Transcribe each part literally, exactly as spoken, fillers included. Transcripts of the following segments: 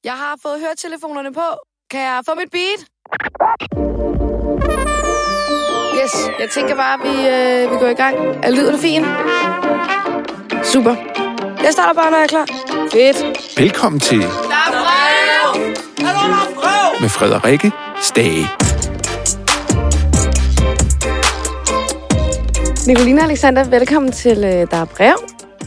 Jeg har fået høretelefonerne på. Kan jeg få mit beat? Yes, jeg tænker bare, at vi, øh, vi går i gang. Er lyden fin? Super. Jeg starter bare, når jeg er klar. Fedt. Velkommen til... Der er brev! Er der brev? Med Frederikke Stage. Nicoline og Alexander, velkommen til øh, Der er brev.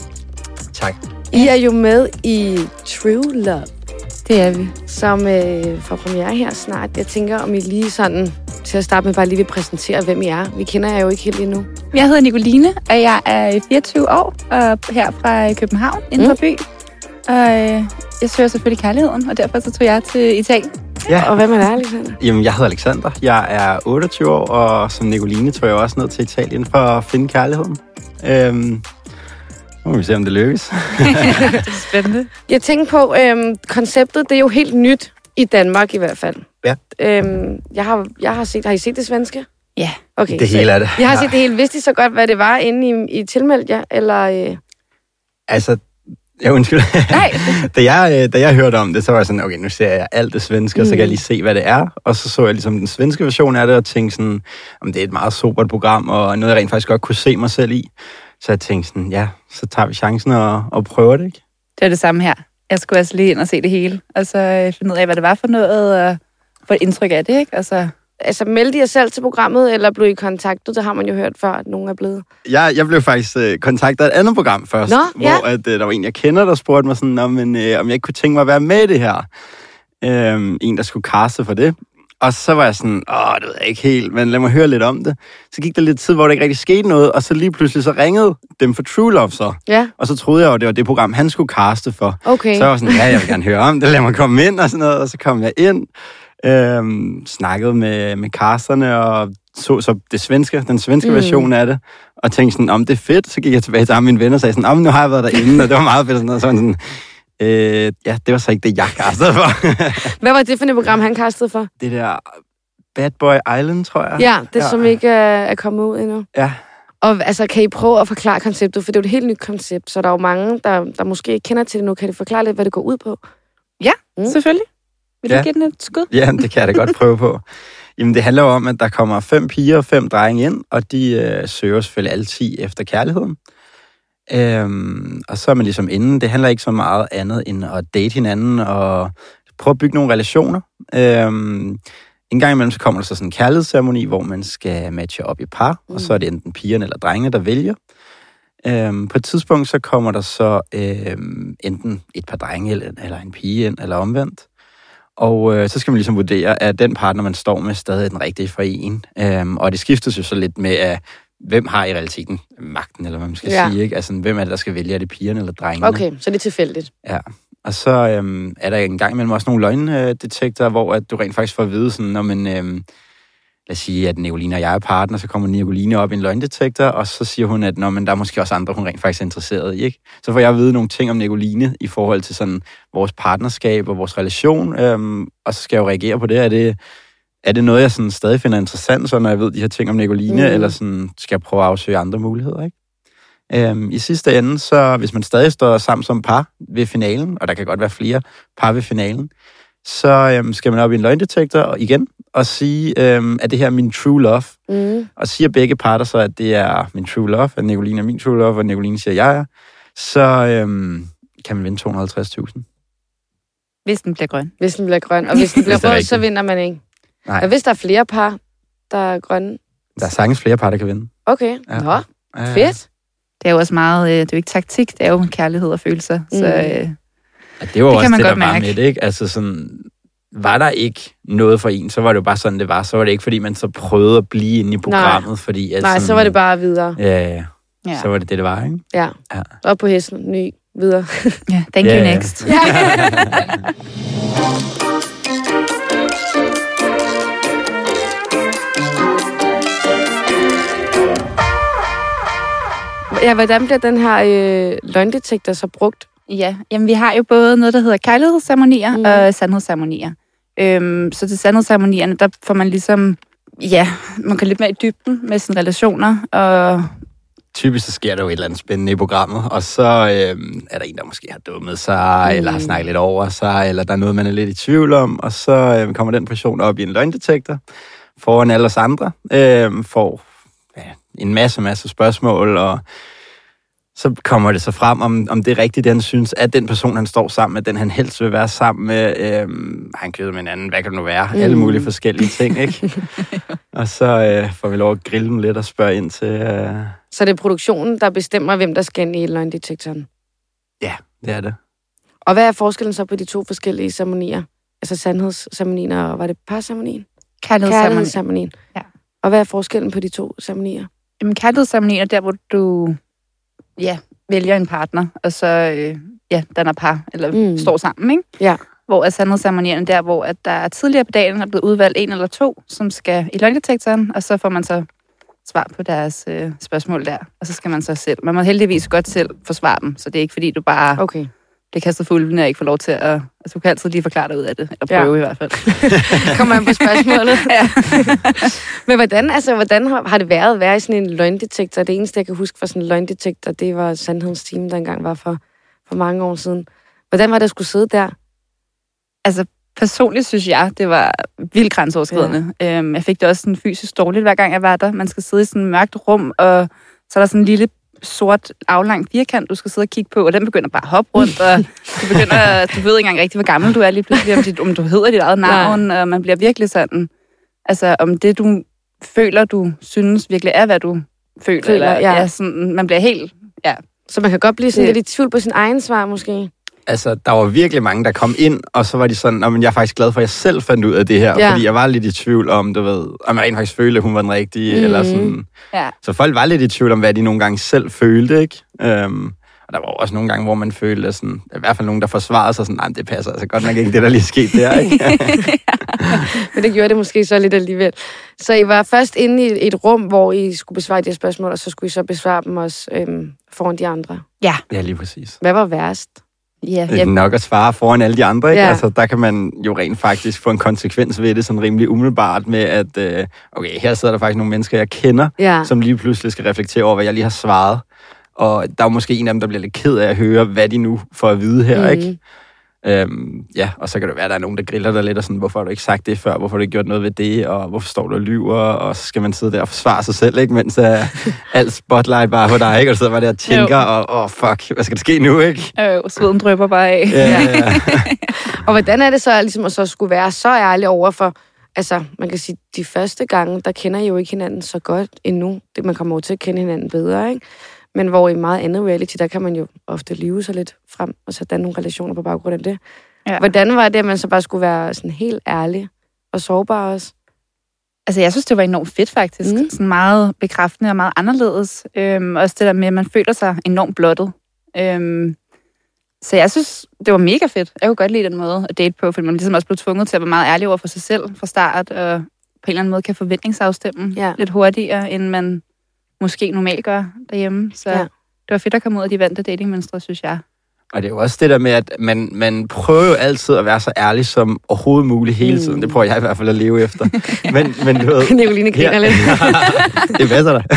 Tak. I er jo med i True Love. Det er vi. Som øh, får premiere her snart. Jeg tænker, om I lige sådan, til at starte med, bare lige vil præsentere, hvem I er. Vi kender jer jo ikke helt endnu. Jeg hedder Nicoline, og jeg er fireogtyve år, og her fra København, Indre mm. By. Og øh, jeg søger selvfølgelig kærligheden, og derfor så tog jeg til Italien. Ja. Og hvem er det, Alexander? Jamen, jeg hedder Alexander. Jeg er otteogtyve år, og som Nicoline tog jeg også ned til Italien for at finde kærligheden. Øhm, nu må vi se, om det lykkes. Det er spændende. Jeg tænker på, øhm, konceptet, det er jo helt nyt i Danmark i hvert fald. Ja. Øhm, jeg, har, jeg har set, har I set det svenske? Ja. Okay, Det hele er det. Jeg har set det hele. Vidste I så godt, hvad det var, inden I, I tilmeldte jer? Eller, øh... Altså, jeg undskyld. Nej. da, jeg, da jeg hørte om det, så var jeg sådan, okay, nu ser jeg alt det svenske, mm. og så kan jeg lige se, hvad det er. Og så så jeg ligesom den svenske version af det, og tænkte sådan, om det er et meget sobert program, og noget, jeg rent faktisk godt kunne se mig selv i. Så jeg tænkte sådan, ja, så tager vi chancen og, og prøver det, ikke? Det er det samme her. Jeg skulle altså lige ind og se det hele, og så finde ud af, hvad det var for noget, og få et indtryk af det, ikke? Altså... Altså, meldte I jer selv til programmet, eller blev I kontaktet? Det har man jo hørt før, at nogen er blevet. Jeg, jeg blev faktisk øh, kontaktet af et andet program først, Nå, hvor ja. at, øh, der var en, jeg kender, der spurgte mig sådan, om, øh, om jeg ikke kunne tænke mig at være med i det her. Øh, en, der skulle caste for det. Og så var jeg sådan, åh, det ved jeg ikke helt, men lad mig høre lidt om det. Så gik der lidt tid, hvor der ikke rigtig skete noget, og så lige pludselig så ringede dem for True Love så. Ja. Og så troede jeg jo, det var det program, han skulle caste for. Okay. Så jeg var sådan, ja, jeg vil gerne høre om det, lad mig komme ind og sådan noget. Og så kom jeg ind, øhm, snakkede med, med casterne og så, så det svenske, den svenske mm. version af det. Og tænkte sådan, om det er fedt. Så gik jeg tilbage til ham, mine venner, og sagde sådan, om nu har jeg været derinde, og det var meget fedt. Og sådan noget. Så sådan, øh, ja, det var så ikke det, jeg castede for. Hvad var det for et program, han castede for? Det der Bad Boy Island, tror jeg. Ja, det ja. som ikke er, er kommet ud endnu. Ja. Og altså, kan I prøve at forklare konceptet? For det er jo et helt nyt koncept, så der er jo mange, der, der måske ikke kender til det nu. Kan I forklare lidt, hvad det går ud på? Ja, mm. selvfølgelig. Vil du ja. give den et skud? Ja, det kan jeg da godt prøve på. Jamen, det handler jo om, at der kommer fem piger og fem drenge ind, og de øh, søger selvfølgelig alle ti efter kærligheden. Øhm, og så er man ligesom inde. Det handler ikke så meget andet end at date hinanden og prøve at bygge nogle relationer. Øhm, en gang imellem så kommer der så sådan en kærlighedsceremoni, hvor man skal matche op i par, mm. og så er det enten pigerne eller drengene, der vælger. Øhm, på et tidspunkt så kommer der så øhm, enten et par drenge eller, eller en pige ind, eller omvendt. Og øh, så skal man ligesom vurdere, at den partner, man står med, stadig er den rigtige for en. Øhm, og det skiftes jo så lidt med, at hvem har i realiteten magten, eller hvad man skal ja. sige, ikke? Altså, hvem er det, der skal vælge? Er det pigerne eller drengene? Okay, så det er tilfældigt. Ja. Og så øhm, er der en gang imellem også nogle løgndetektorer, hvor at du rent faktisk får at vide sådan, når man, øhm, lad os sige, at Nicoline og jeg er partner, så kommer Nicoline op i en løgndetektor, og så siger hun, at når, men der er måske også andre, hun rent faktisk er interesseret i, ikke? Så får jeg at vide nogle ting om Nicoline i forhold til sådan vores partnerskab og vores relation, øhm, og så skal jeg jo reagere på det. Er det, er det noget, jeg sådan stadig finder interessant, så når jeg ved de her ting om Nicoline, mm. eller sådan, skal jeg prøve at afsøge andre muligheder, ikke? Øhm, I sidste ende, så hvis man stadig står sammen som par ved finalen, og der kan godt være flere par ved finalen, så øhm, skal man op i en løgndetektor og igen og sige, øhm, at det her er min true love. Mm. Og siger begge parter så, at det er min true love, at Nicoline er min true love, og Nicoline siger, jeg er, så øhm, kan man vinde to hundrede og halvtreds tusind. Hvis den bliver grøn. Hvis den bliver grøn. Og hvis den bliver rød, så vinder man ikke. Nej. Og hvis der er flere par, der er grønne? Der er sagtens flere par, der kan vinde. Okay, ja. Nå, ja. Fedt. Det er jo også meget, det er jo ikke taktik, det er jo kærlighed og følelser. Mm. Så, øh, ja, det var det også man det, der godt var mærke. med det, ikke? Altså sådan, var der ikke noget for en, så var det jo bare sådan, det var. Så var det ikke, fordi man så prøvede at blive inde i programmet. Nej, fordi, at Nej sådan, så var det bare videre. Ja, ja, ja. Så var det det, det var, ikke? Ja, ja. Op på hesten, ny, videre. Ja, thank yeah. you next. Ja, hvordan bliver den her øh, løgndetektor så brugt? Ja, jamen vi har jo både noget, der hedder kærlighedsceremonier mm. og sandhedsceremonier. Øhm, så til sandhedsceremonierne, der får man ligesom, ja, man kan lidt mere i dybden med sine relationer og typisk så sker der jo et eller andet spændende i programmet, og så øh, er der en, der måske har dummet sig, mm. eller har snakket lidt over sig, eller der er noget, man er lidt i tvivl om, og så øh, kommer den person op i en løgndetektor foran alle os andre, øh, får ja, en masse, masse spørgsmål, og så kommer det så frem, om, om det er rigtigt, det han synes, at den person, han står sammen med, den han helst vil være sammen med, øh, han køder med en anden, hvad kan det nu være? Mm. Alle mulige forskellige ting, ikke? Og så øh, får vi lov at grille den lidt og spørge ind til... Øh... Så det er produktionen, der bestemmer, hvem der skal ind i løgndetektoren? Ja, det er det. Og hvad er forskellen så på de to forskellige ceremonier? Altså sandhedsceremonien og, var det parceremonien? Kærlighedsceremonien. Ja. Og hvad er forskellen på de to ceremonier? Jamen, kærlighedsceremonien er der, hvor du ja, vælger en partner, og så øh, ja, danner par, eller mm. står sammen, ikke? Ja. Hvor er sandhedsceremonien der, hvor at der er tidligere på dagen er blevet udvalgt en eller to, som skal i løgndetektoren, og så får man så svar på deres øh, spørgsmål der, og så skal man så selv. Man må heldigvis godt selv forsvare dem, så det er ikke fordi, du bare okay. bliver kastet for ulven og ikke får lov til at... Altså, du kan altid lige forklare dig ud af det, eller prøve ja. i hvert fald. Kommer man på spørgsmålet. ja. Men hvordan, altså, hvordan har, har det været at være i sådan en løgndetektor? Det eneste, jeg kan huske fra sådan en løgndetektor, det var Sandhedens Time, der engang var for, for mange år siden. Hvordan var det at skulle sidde der? Altså, personligt synes jeg, det var vildt grænseoverskridende. Ja. Øhm, jeg fik det også sådan fysisk dårligt, hver gang jeg var der. Man skal sidde i sådan et mørkt rum, og så er der sådan en lille sort, aflang firkant, du skal sidde og kigge på, og den begynder bare at hoppe rundt, og du begynder, du ved ikke engang rigtigt, hvor gammel du er lige pludselig, om, dit, om du hedder dit eget navn, Nej. og man bliver virkelig sådan, altså om det, du føler, du synes virkelig er, hvad du føler, føler eller ja. Ja, sådan, man bliver helt, ja. Så man kan godt blive sådan det. lidt i tvivl på sin egen svar, måske? Altså, der var virkelig mange, der kom ind, og så var de sådan, men jeg er faktisk glad for, at jeg selv fandt ud af det her, ja. fordi jeg var lidt i tvivl om, du ved, om jeg rent faktisk følte, at hun var den rigtige, mm. eller sådan. Ja. Så folk var lidt i tvivl om, hvad de nogle gange selv følte, ikke? Um, og der var også nogle gange, hvor man følte, sådan, i hvert fald nogen, der forsvarede sig sådan, nej, det passer altså godt nok ikke, det der lige skete der, ikke? Men det gjorde det måske så lidt alligevel. Så I var først inde i et rum, hvor I skulle besvare de her spørgsmål, og så skulle I så besvare dem også øhm, foran de andre? Ja. Ja, lige præcis. Hvad var værst? Ja, det er nok at svare foran alle de andre, ikke? Ja. Altså, der kan man jo rent faktisk få en konsekvens ved det, sådan rimelig umiddelbart med, at øh, okay, her sidder der faktisk nogle mennesker, jeg kender, ja. som lige pludselig skal reflektere over, hvad jeg lige har svaret. Og der er måske en af dem, der bliver lidt ked af at høre, hvad de nu får at vide her, mm. ikke? Øhm, ja, og så kan det være, at der er nogen, der griller dig lidt, og sådan, hvorfor har du ikke sagt det før, hvorfor har du ikke gjort noget ved det, og hvorfor står du og lyver, og så skal man sidde der og forsvare sig selv, ikke? Mens uh, alt spotlight bare på dig, ikke? Og du sidder bare der og tænker, jo. og åh, oh, fuck, hvad skal der ske nu, ikke? Øh, sveden drypper bare af. Ja, ja, ja. Og hvordan er det så, ligesom at så skulle være så ærlig over for, altså, man kan sige, de første gange, der kender I jo ikke hinanden så godt endnu. Det, man kommer jo til at kende hinanden bedre, ikke? Men hvor i meget andet reality, der kan man jo ofte lyve sig lidt frem, og så danne nogle relationer på baggrund af det. Ja. Hvordan var det, at man så bare skulle være sådan helt ærlig og sårbar også? Altså, jeg synes, det var enormt fedt faktisk. Mm. Sådan meget bekræftende og meget anderledes. Øhm, også det der med, at man føler sig enormt blottet. Øhm, så jeg synes, det var mega fedt. Jeg kunne godt lide den måde at date på, fordi man ligesom også blev tvunget til at være meget ærlig over for sig selv fra start, og på en eller anden måde kan forventningsafstemme ja. lidt hurtigere, end man måske normalt gør derhjemme. Så ja. det var fedt at komme ud af de vante datingmønstre, synes jeg. Og det er jo også det der med, at man, man prøver jo altid at være så ærlig som overhovedet muligt hele tiden. Mm. Det prøver jeg i hvert fald at leve efter. Men, men du ved... Nicoline griner lidt. Det passer da.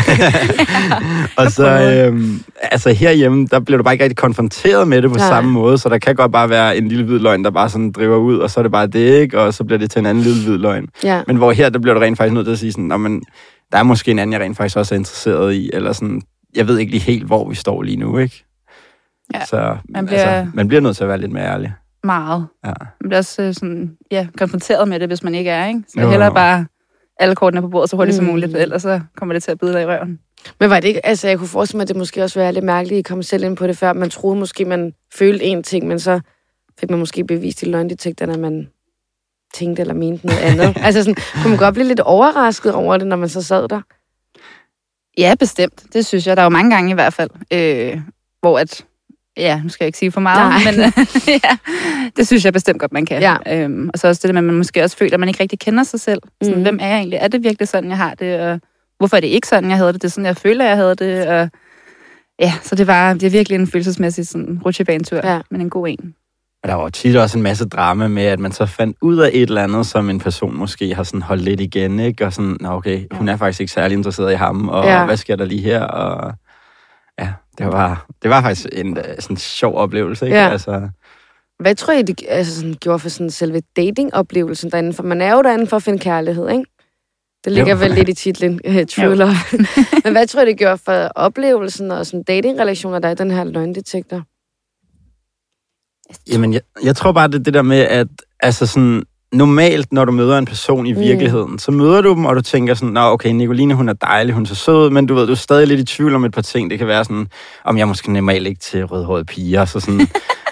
Og så, øhm, altså herhjemme, der bliver du bare ikke rigtig konfronteret med det på Nej. samme måde, så der kan godt bare være en lille hvid løgn, der bare sådan driver ud, og så er det bare det, ikke? Og så bliver det til en anden lille hvid løgn. Ja. Men hvor her, der bliver du rent faktisk nødt til at sige sådan, men der er måske en anden, jeg rent faktisk også er interesseret i, eller sådan, jeg ved ikke lige helt, hvor vi står lige nu, ikke? Ja, så man bliver, altså, man bliver nødt til at være lidt mere ærlig. Meget. Ja. Man bliver også sådan, ja, konfronteret med det, hvis man ikke er, ikke? Så jo, hellere bare alle kortene på bordet så hurtigt mm. som muligt, ellers så kommer det til at bide dig i røven. Men var det ikke, altså jeg kunne forestille mig, at det måske også var lidt mærkeligt, at I kom selv ind på det før. Man troede måske, man følte en ting, men så fik man måske bevist i løgndetektorerne, at man tænkte eller mente noget andet. Altså sådan, kunne man godt blive lidt overrasket over det, når man så sad der? Ja, bestemt. Det synes jeg. Der er jo mange gange i hvert fald, øh, hvor at ja, nu skal jeg ikke sige for meget, Nej. men ja, det synes jeg bestemt godt, man kan. Ja. Øhm, og så også det der med, at man måske også føler, at man ikke rigtig kender sig selv. Sådan, mm. hvem er jeg egentlig? Er det virkelig sådan, jeg har det? Og hvorfor er det ikke sådan, jeg havde det? Det er sådan, jeg føler, jeg havde det. Og ja, så det var, det er virkelig en følelsesmæssig sådan, rutsjebanetur, ja. men en god en. Og der var tit også en masse drama med, at man så fandt ud af et eller andet, som en person måske har sådan holdt lidt igen, ikke? Og sådan, okay, hun er faktisk ikke særlig interesseret i ham, og ja. hvad sker der lige her? Og Ja, det var, det var faktisk en sådan sjov oplevelse, ikke? Ja. Altså, Hvad tror I, det altså, sådan, gjorde for sådan selve dating-oplevelsen derinde? For man er jo derinde for at finde kærlighed, ikke? Det ligger Jo. vel lidt i titlen, uh, True Love. Men hvad tror I, det gjorde for oplevelsen og sådan dating-relationer, der er i den her løgndetektor? jamen, jeg, jeg tror bare, det er det der med, at altså sådan, normalt, når du møder en person i virkeligheden, mm. så møder du dem, og du tænker sådan, nå, okay, Nicoline, hun er dejlig, hun er så sød, men du ved, du er stadig lidt i tvivl om et par ting. Det kan være sådan, om jeg måske normalt ikke til rødhårede piger, så sådan...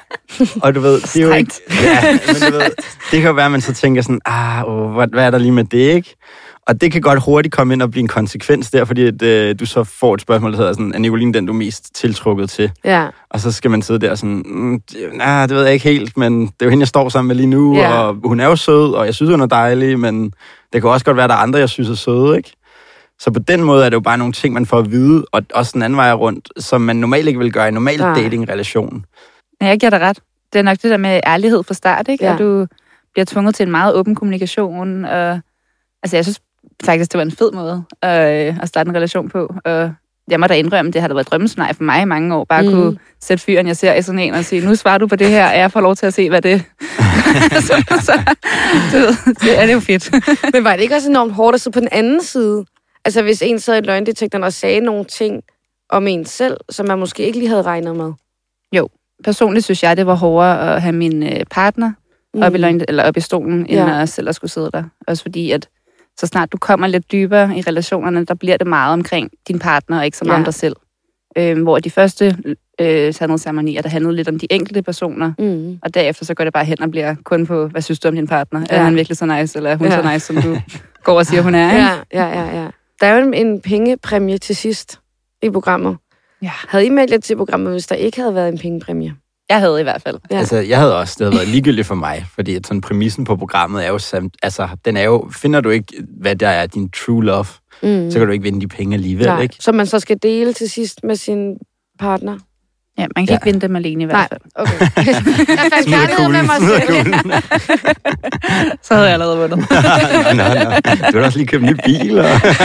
Og du ved, det er jo ikke... Ja, men du ved, det kan jo være, at man så tænker sådan, ah, åh, hvad, hvad er der lige med det, ikke? Og det kan godt hurtigt komme ind og blive en konsekvens der, fordi at, øh, du så får et spørgsmål, der hedder sådan, er Nicoline den, du er mest tiltrukket til? Ja. Og så skal man sidde der sådan, mm, nej, det ved jeg ikke helt, men det er jo hende, jeg står sammen med lige nu, Ja. og hun er jo sød, og jeg synes, hun er dejlig, men det kan også godt være, at der er andre, jeg synes er søde, ikke? Så på den måde er det jo bare nogle ting, man får at vide, og også den anden vej rundt, som man normalt ikke vil gøre i en normal Nej. dating-relation. Ja, jeg giver dig ret. Det er nok det der med ærlighed fra start, ikke? Ja. At du bliver tvunget til en meget åben kommunikation. Og, altså, jeg synes faktisk, det var en fed måde at, at starte en relation på. Og jeg må da indrømme, det har da været drømmescenarie for mig i mange år. Bare mm. kunne sætte fyren, jeg ser i sådan en, og sige, nu svarer du på det her, og jeg får lov til at se, hvad det så, så, det, det er det jo fedt. Men var det ikke også enormt hårdt at sidde på den anden side? Altså, hvis en sad i løgndetektoren og sagde nogle ting om en selv, som man måske ikke lige havde regnet med. Jo, personligt synes jeg, det var hårdere at have min øh, partner mm. op, i løgn, eller op i stolen, end Ja. at selv at skulle sidde der. Også fordi, at så snart du kommer lidt dybere i relationerne, der bliver det meget omkring din partner, og ikke så meget Ja. om dig selv. Øhm, hvor de første øh, sandhedsceremonier, der handlede lidt om de enkelte personer, Mm. og derefter så går det bare hen og bliver kun på, hvad synes du om din partner? Ja. Er han virkelig så nice, eller er hun Ja. så nice, som du går og siger, hun er? Ikke? Ja, ja, ja, ja. Der er jo en, en pengepræmie til sidst i programmet. Ja. Havde I meldt jer til programmet, hvis der ikke havde været en pengepræmie? Jeg havde i hvert fald. Ja. Altså, jeg havde også, det havde været ligegyldigt for mig, fordi at sådan præmissen på programmet er jo, samt, altså, den er jo, finder du ikke, hvad der er din true love, Mm. så kan du ikke vinde de penge alligevel, Nej. ikke? Så man så skal dele til sidst med sin partner? Ja, man kan Ja. ikke vinde dem alene i hvert Nej, fald. okay. Jeg fandt Smid kærlighed med kuglen, mig smid selv. kuglen. Så havde jeg allerede vundet. Nå, nå, nå. Du har også lige købt en ny bil, og...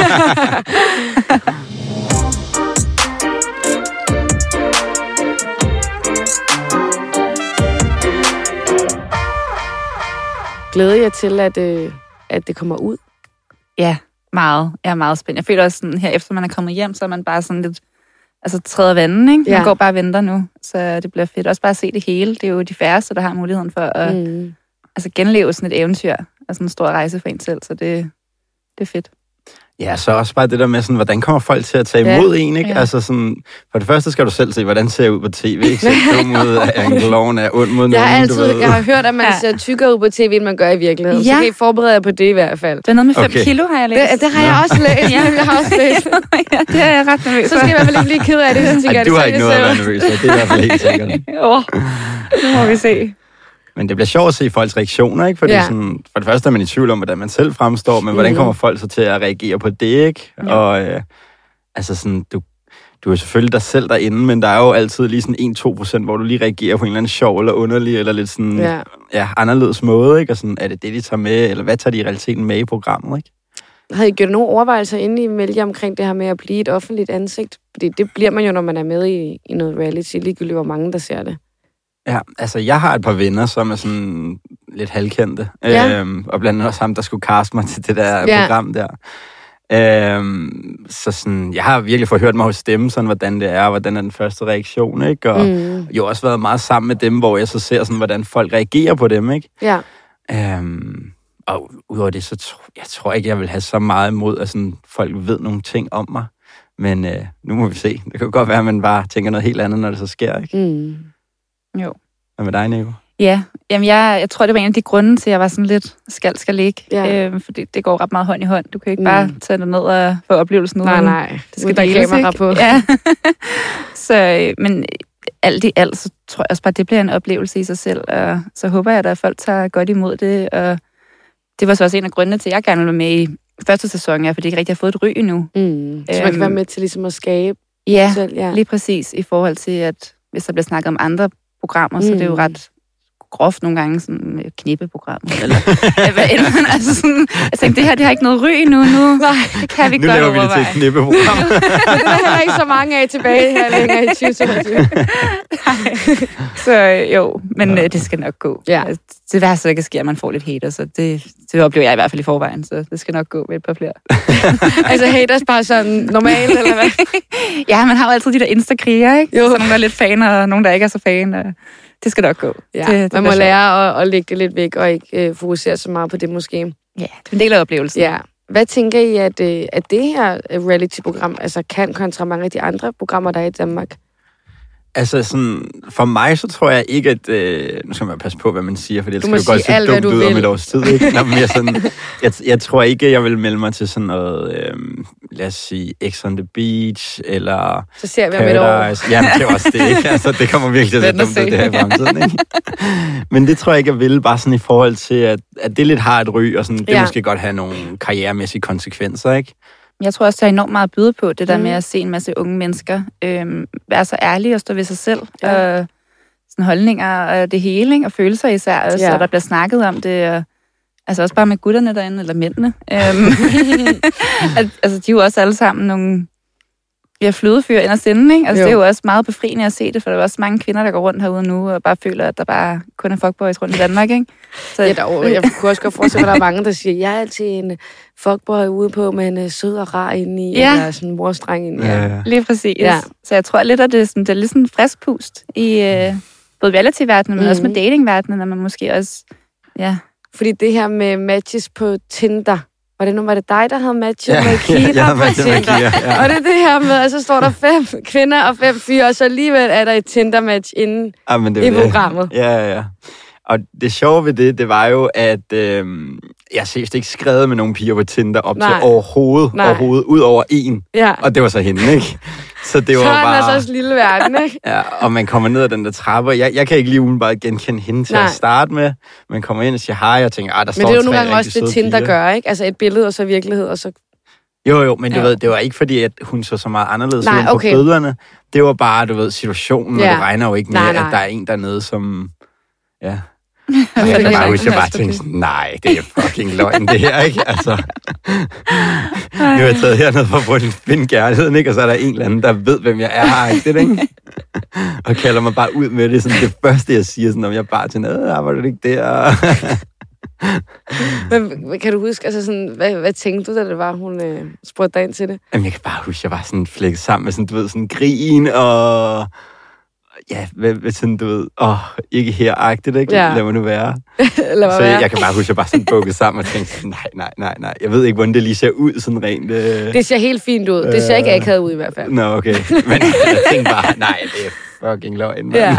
Glæder jeg til, at, øh, at det kommer ud? Ja, meget. Jeg er meget spændt. Jeg føler også sådan, her efter man er kommet hjem, så er man bare sådan lidt, altså træder vandet, ikke? Man Ja. går bare og venter nu, så det bliver fedt. Også bare at se det hele. Det er jo de færreste, der har muligheden for at Mm. altså, genleve sådan et eventyr, og sådan en stor rejse for en selv, så det, det er fedt. Ja, så også bare det der med, sådan, hvordan kommer folk til at tage Ja. imod en, ikke? Ja. Altså sådan, for det første skal du selv se, hvordan ser jeg ud på tv, ikke? Så dum ud af en loven er ond mod Jeg har, nogen, altid, du ved. jeg har hørt, at man Ja. ser tykkere ud på tv, end man gør i virkeligheden. Ja. Så Ja. kan I forberede jer på det i hvert fald. Det er noget med fem Okay. kilo, har jeg læst. Det, det har jeg også læst. Ja. Jeg har også læst. ja, det er jeg ret nervøs Så skal jeg i hvert fald ikke blive ked af det. Så tænker Ej, jeg, du det har så ikke jeg noget at selv. være nervøs for, det er i hvert fald helt sikkert. Åh, nu må vi se. Men det bliver sjovt at se folks reaktioner, ikke? Fordi Ja. sådan, for det første er man i tvivl om, hvordan man selv fremstår, men hvordan Mhm. kommer folk så til at reagere på det, ikke? Ja. Og øh, altså sådan, du, du er selvfølgelig dig selv derinde, men der er jo altid lige sådan en til to procent, hvor du lige reagerer på en eller anden sjov eller underlig, eller lidt sådan, Ja. ja, anderledes måde, ikke? Og sådan, er det det, de tager med, eller hvad tager de i realiteten med i programmet, ikke? Havde I gjort nogle overvejelser inde i Mælge omkring det her med at blive et offentligt ansigt? Fordi det bliver man jo, når man er med i, i noget reality, ligegyldigt hvor mange, der ser det. Ja, altså jeg har et par venner, som er sådan lidt halvkendte. Ja. Øhm, og blandt andet også ham, der skulle caste mig til det der Ja. program der. Øhm, så sådan, jeg har virkelig forhørt mig hos dem, sådan, hvordan det er, og hvordan er den første reaktion, ikke? Og Mm. jeg har også været meget sammen med dem, hvor jeg så ser, sådan, hvordan folk reagerer på dem, ikke? Ja. Øhm, og udover det, så tror jeg tror ikke, jeg vil have så meget imod, at sådan, folk ved nogle ting om mig. Men øh, nu må vi se. Det kan godt være, at man bare tænker noget helt andet, når det så sker, ikke? Mm. Jo. Hvad med dig, Nico? Ja, jamen jeg, jeg tror, det var en af de grunde til, at jeg var sådan lidt skal, skal ligge. Ja. Øhm, fordi det går ret meget hånd i hånd. Du kan jo ikke Mm. bare tage det ned og få oplevelsen ud. Nej, nej. Det skal der deles, kamera ikke? på. Ja. så, øh, men alt i alt, så tror jeg også bare, det bliver en oplevelse i sig selv. Og så håber jeg, at folk tager godt imod det. Og det var så også en af grundene til, at jeg gerne ville være med i første sæson, ja, fordi jeg ikke rigtig har fået et ry endnu. Mm. Så man kan Øhm, være med til ligesom at skabe Ja, selv. Ja. lige præcis i forhold til, at hvis der bliver snakket om andre programmer, mm. så er det jo Mm. ret groft nogle gange, sådan et knippeprogram, eller hvad end man, altså sådan, jeg tænkte, det her, det har ikke noget ry nu, nu, det kan vi nu godt laver vi det til et knippeprogram. Det er heller ikke så mange af tilbage her længere i tyve toogtyve. Så jo, men øh, det skal nok gå. Ja. Det værste, der kan ske, at man får lidt hater, så det, det oplever jeg i hvert fald i forvejen, så det skal nok gå med et par flere. Altså haters bare sådan normalt, eller hvad? Ja, man har jo altid de der Insta-kriger, ikke? Jo. Så nogle, der er lidt fan, og nogle, der ikke er så fan. Og det skal nok gå. Ja, det, det man må lære at, at lægge det lidt væk, og ikke øh, fokusere så meget på det måske. Ja, det er en del af oplevelsen. Ja. Hvad tænker I, at, øh, at det her reality-program altså, kan kontra mange af de andre programmer, der er i Danmark? Altså sådan, for mig så tror jeg ikke, at... Øh, nu skal man passe på, hvad man siger, for det skal jo godt se alt, dumt ud om et års tid. Ikke? Nå, men jeg, sådan, jeg, jeg tror ikke, jeg vil melde mig til sådan noget, øh, lad os sige, X on the Beach, eller... Så ser vi om et år. Ja, men det er også det, ikke? Altså, det kommer virkelig til at se dumt ud, det her i fremtiden, ikke? Men det tror jeg ikke, jeg vil, bare sådan i forhold til, at, at det lidt har et ry, og sådan, det ja. måske godt have nogle karrieremæssige konsekvenser, ikke? Jeg tror også, der er enormt meget at byde på, det der mm. med at se en masse unge mennesker øhm, være så ærlige og stå ved sig selv. Ja. Og sådan holdninger og det hele, ikke? Og følelser især også, ja. Og der bliver snakket om det. Og, altså også bare med gutterne derinde, eller mændene. Øhm, at, altså, de er jo også alle sammen nogle ja, flødefyr ind og sende, ikke? Altså, jo. Det er jo også meget befriende at se det, for der er også mange kvinder, der går rundt herude nu og bare føler, at der bare kun er fuckboys rundt i Danmark, ikke? Så, ja, der, jeg kunne også godt forestille, at der er mange, der siger, jeg er altid en fuckboy ude på, med en sød og rar inde i, ja. Eller sådan en morstreng inde i. Ja, ja. Lige præcis. Ja. Så jeg tror lidt, at det er, sådan, det er lidt sådan en frisk pust i øh, både reality-verdenen, men mm. også med dating-verdenen, at man måske også, ja. Fordi det her med matches på Tinder, var det nu, var det dig, der havde matchet ja, med Kira ja, på Tinder? Ja, ja. Og det er det her med, at så står der fem kvinder og fem fyre, og så alligevel er der et Tinder-match inde ja, men det i programmet. Det. Ja, ja, ja. Og det sjove ved det, det var jo, at øh, jeg seriøst ikke skrevet med nogle piger på Tinder op Nej. til overhovedet, Nej. overhovedet, ud over en. Ja. Og det var så hende, ikke? Så det var så bare... Så er også lille verden, ikke? Ja, og man kommer ned ad den der trappe, jeg, jeg kan ikke lige umiddelbart genkende hende til Nej. at starte med. Man kommer ind og siger hej, og tænker, ah, der står tre rigtig søde piger. Men det er jo nogle gange også det, Tinder gør, ikke? Altså et billede, og så virkelighed, og så... Jo, jo, men du ja. ved, det var ikke fordi, at hun så så meget anderledes Nej, ud okay. på billederne. Det var bare, du ved, situationen, ja. og det regner jo ikke med, nej, nej. at der er en dernede, som... Ja... Og jeg kan bare huske, jeg bare tænkte sådan, nej, det er fucking løgn, det her, ikke? Altså, nu er jeg taget hernede for at finde kærligheden, ikke? Og så er der en eller anden, der ved, hvem jeg er, ikke? ikke? Og kalder mig bare ud med det, sådan det første, jeg siger, sådan, om jeg bare til noget, arbejder du ikke der? Men kan du huske, altså sådan, hvad, hvad tænkte du, da det var, hun øh, spurgte dig ind til det? Jamen, jeg kan bare huske, jeg var sådan flækket sammen med sådan, du ved, sådan grin og... Ja, hvad, hvad sådan, du ved, åh, ikke her-agtigt, ikke? Ja. Lad mig nu være. Lad mig så være. Jeg, jeg kan bare huske, at jeg bare sådan bukket sammen og tænkte, nej, nej, nej, nej. Jeg ved ikke, hvordan det lige ser ud, sådan rent... Øh... Det ser helt fint ud. Det ser ikke akavet ud i hvert fald. Nå, okay. Men jeg tænkte bare, nej, det er fucking løgn. Ja.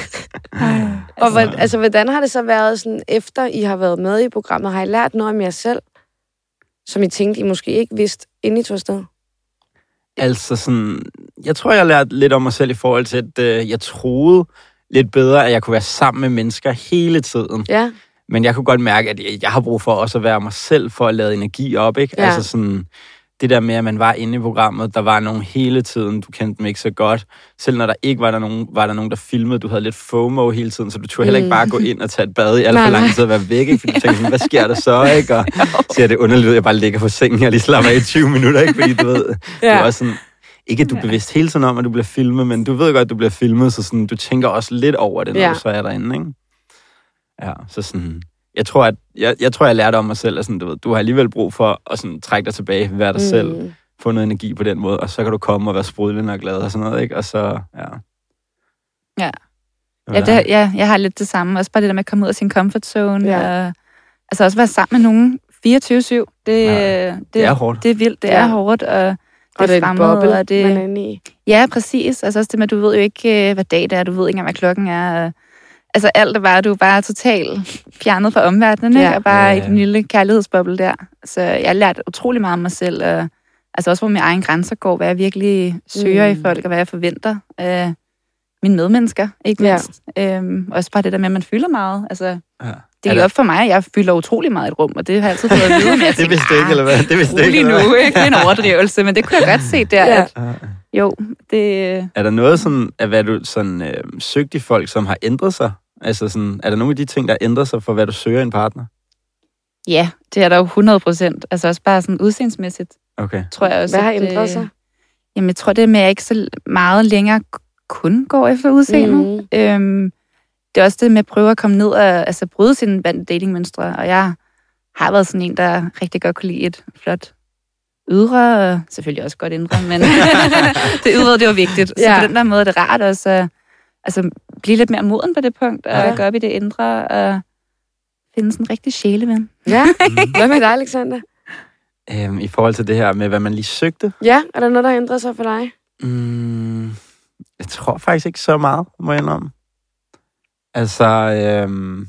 Og hvad, altså, hvordan har det så været, sådan, efter I har været med i programmet? Har I lært noget om jer selv, som I tænkte, I måske ikke vidste, inden I tog afsted? Altså sådan, jeg tror, jeg har lært lidt om mig selv i forhold til, at øh, jeg troede lidt bedre, at jeg kunne være sammen med mennesker hele tiden. Ja. Men jeg kunne godt mærke, at jeg, jeg har brug for også at være mig selv, for at lade energi op, ikke? Ja. Altså sådan, det der med, at man var inde i programmet, der var nogen hele tiden, du kendte dem ikke så godt. Selv når der ikke var der nogen, var der nogen, der filmede, du havde lidt FOMO hele tiden, så du turde heller ikke bare gå ind og tage et bad i alt for lang tid og være væk, ikke? Fordi du tænkte sådan, hvad sker der så, ikke? Og så er det underligt, at jeg bare ligger på sengen og lige slapper af i tyve minutter, ikke? Fordi du ved, ja. Du er også sådan, ikke at du er bevidst hele tiden om, at du bliver filmet, men du ved godt, at du bliver filmet, så sådan, du tænker også lidt over det, når ja. du så er derinde, ikke? Ja, så sådan... Jeg tror, at jeg, jeg tror, jeg lærte om mig selv, at sådan, du ved, du har alligevel brug for at sådan, trække dig tilbage, være dig mm. selv, få noget energi på den måde, og så kan du komme og være sprudlende og glad og sådan noget, ikke? Og så, ja. Ja. Ja, det, ja, jeg har lidt det samme. Også bare det der med at komme ud af sin comfort zone. Ja. Og, altså også være sammen med nogen fireogtyve syv. Det, ja. det, det er hårdt. Det er vildt, det ja. er hårdt, og det og det er fremmed, boble, og det man er inde i. Ja, præcis. Altså også det med, at du ved jo ikke, hvad dag det er, du ved ikke engang, hvad klokken er. Altså alt er bare, du er bare totalt fjernet fra omverdenen, ja. ikke? Og bare ja, ja. i den lille kærlighedsboble der. Så jeg har lært utrolig meget om mig selv, og altså også hvor mine egne grænser går, hvad jeg virkelig søger mm. i folk, og hvad jeg forventer af mine medmennesker, ikke mindst. Ja. Øhm, også bare det der med, at man fylder meget. Altså, ja. Det er jo op for mig, jeg fylder utrolig meget i et rum, og det har jeg altid fået at vide. Det vidste ikke, eller hvad? Det vidste ikke, eller hvad? Nu, ikke? Det er en overdrivelse, men det kunne jeg godt se der, ja. at jo, det... Er der noget sådan, at hvad du sådan øh, søgt i folk, som har ændret sig Altså sådan, er der nogle af de ting, der ændrer sig for, hvad du søger i en partner? Ja, det er der jo hundrede procent. Altså også bare sådan udseendsmæssigt, Okay. tror jeg også. Hvad har at, ændret øh, sig? Jamen, jeg tror, det er med, at jeg ikke så meget længere kun går efter udseendet. Mm. Øhm, det er også det med at prøve at komme ned og altså, bryde sine vante datingmønstre. Og jeg har været sådan en, der rigtig godt kunne lide et flot ydre, og selvfølgelig også godt indre, men det ydre, det var vigtigt. Så Ja. på den der måde er det rart også at altså, blive lidt mere moden på det punkt, og Ja. gå op i det indre, og finde sådan en rigtig sjæleven. Ja. Hvad med dig, Alexander? Øhm, I forhold til det her med, hvad man lige søgte? Ja, er der noget, der har ændret sig for dig? Mm, jeg tror faktisk ikke så meget, må jeg indrømme. Altså, øhm,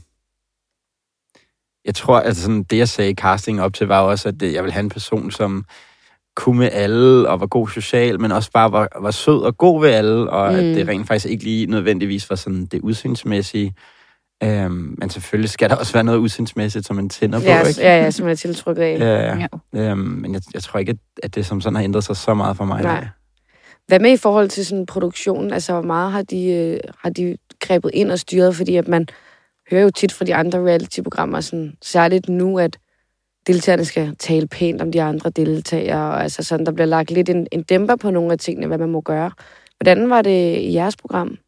jeg tror, altså sådan, det jeg sagde i casting op til, var også, at det, jeg ville have en person, som kunne med alle, og var god social, men også bare var, var sød og god ved alle, og mm. at det rent faktisk ikke lige nødvendigvis var sådan det udseendsmæssige. Øhm, men selvfølgelig skal der også være noget udseendsmæssigt, som man tænder Ja, på, ikke? ja, ja, som man er tiltrukket af. Ja, Ja. øhm, men jeg, jeg tror ikke, at, at det som sådan har ændret sig så meget for mig. Nej. Hvad med i forhold til sådan produktionen? Altså, hvor meget har de, øh, har de grebet ind og styret? Fordi at man hører jo tit fra de andre reality-programmer, sådan, særligt nu, at deltagerne skal tale pænt om de andre deltagere, og altså sådan, der bliver lagt lidt en, en dæmper på nogle af tingene, hvad man må gøre. Hvordan var det i jeres program?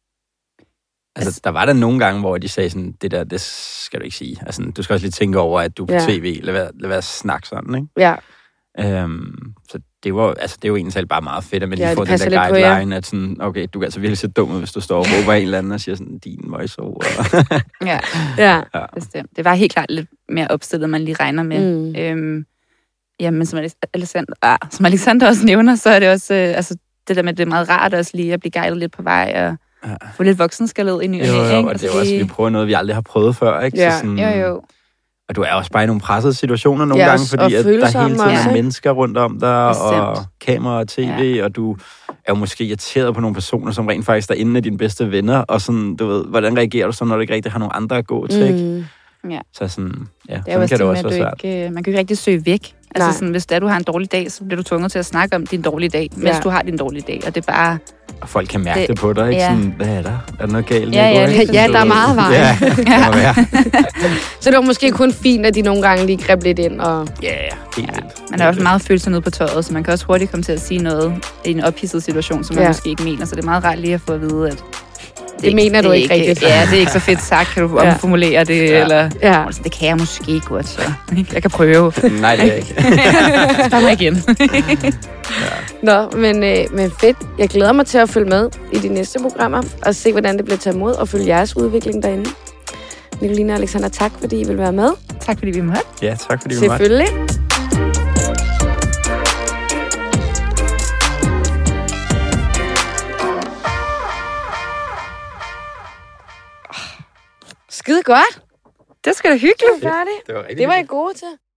Altså, der var der nogle gange, hvor de sagde sådan, det der, det skal du ikke sige. Altså, du skal også lige tænke over, at du er på Ja. tv. Lad være, lad være at snakke sådan, ikke? Ja, Øhm, så det var, altså, det er jo egentlig talt bare meget fedt, at man Ja, lige det får den passer der lidt på jer. guideline, at sådan, okay, du kan altså virkelig se dum ud, hvis du står og råber en eller anden og siger sådan, din voiceover. Ja, ja. bestemt. Det var helt klart lidt mere opstillet, man lige regner med. Mm. Øhm, jamen, som Alexander, ah, som Alexander også nævner, så er det også øh, altså, det der med, det er meget rart også lige at blive guidet lidt på vej, og Ja. få lidt voksenskalet i ny og Jo, næ, jo, ikke? og det er jo Altså, også, vi lige- prøver noget, vi aldrig har prøvet før, ikke? Ja. Så sådan, Jo, jo. Og du er også bare i nogle pressede situationer nogle Ja, gange, og- fordi og at der følsomme hele tiden også, er ikke? mennesker rundt om dig, og Bestemt. kamera og tv, og du er jo måske irriteret på nogle personer, som rent faktisk er inde af dine bedste venner, og sådan, du ved, hvordan reagerer du så, når du ikke rigtig har nogen andre at gå til, ikke? Mm. Ja. Så sådan, ja, Det er sådan også kan det det også med, være at svært. du ikke, øh, man kan jo ikke rigtig søge væk. Altså Nej. sådan, hvis det er, du har en dårlig dag, så bliver du tvunget til at snakke om din dårlige dag, mens Ja. du har din dårlige dag. Og det er bare... Og folk kan mærke det, Det- det på dig, ikke? ja. Sådan, hvad er der? Er der noget galt? Ja, Nico, ja, ikke? lige Ja, der er meget vej. Ja, det må være. Så det var måske kun fint, at de nogle gange lige greb lidt ind. Og... Ja, ja, helt vildt. Man er også meget følelser nede på tøjet, så man kan også hurtigt komme til at sige noget i en ophidset situation, som man Ja. måske ikke mener. Så det er meget rart lige at få at vide, at... Det mener du ikke rigtigt. Ja, det er ikke så fedt sagt. Kan du Ja. omformulere det? Ja. Eller, Ja. altså, det kan jeg måske godt, så jeg kan prøve. Nej, det er ikke. Stop mig igen. Nå, men, øh, men fedt. Jeg glæder mig til at følge med i de næste programmer, og se, hvordan det bliver taget imod, og følge jeres udvikling derinde. Nicoline og Alexander, tak fordi I vil være med. Tak fordi vi måtte. Ja, tak fordi vi måtte. Selvfølgelig. Skide godt. Det skal da hyggeligt. Færdig. Det var rigtig Det var I gode til.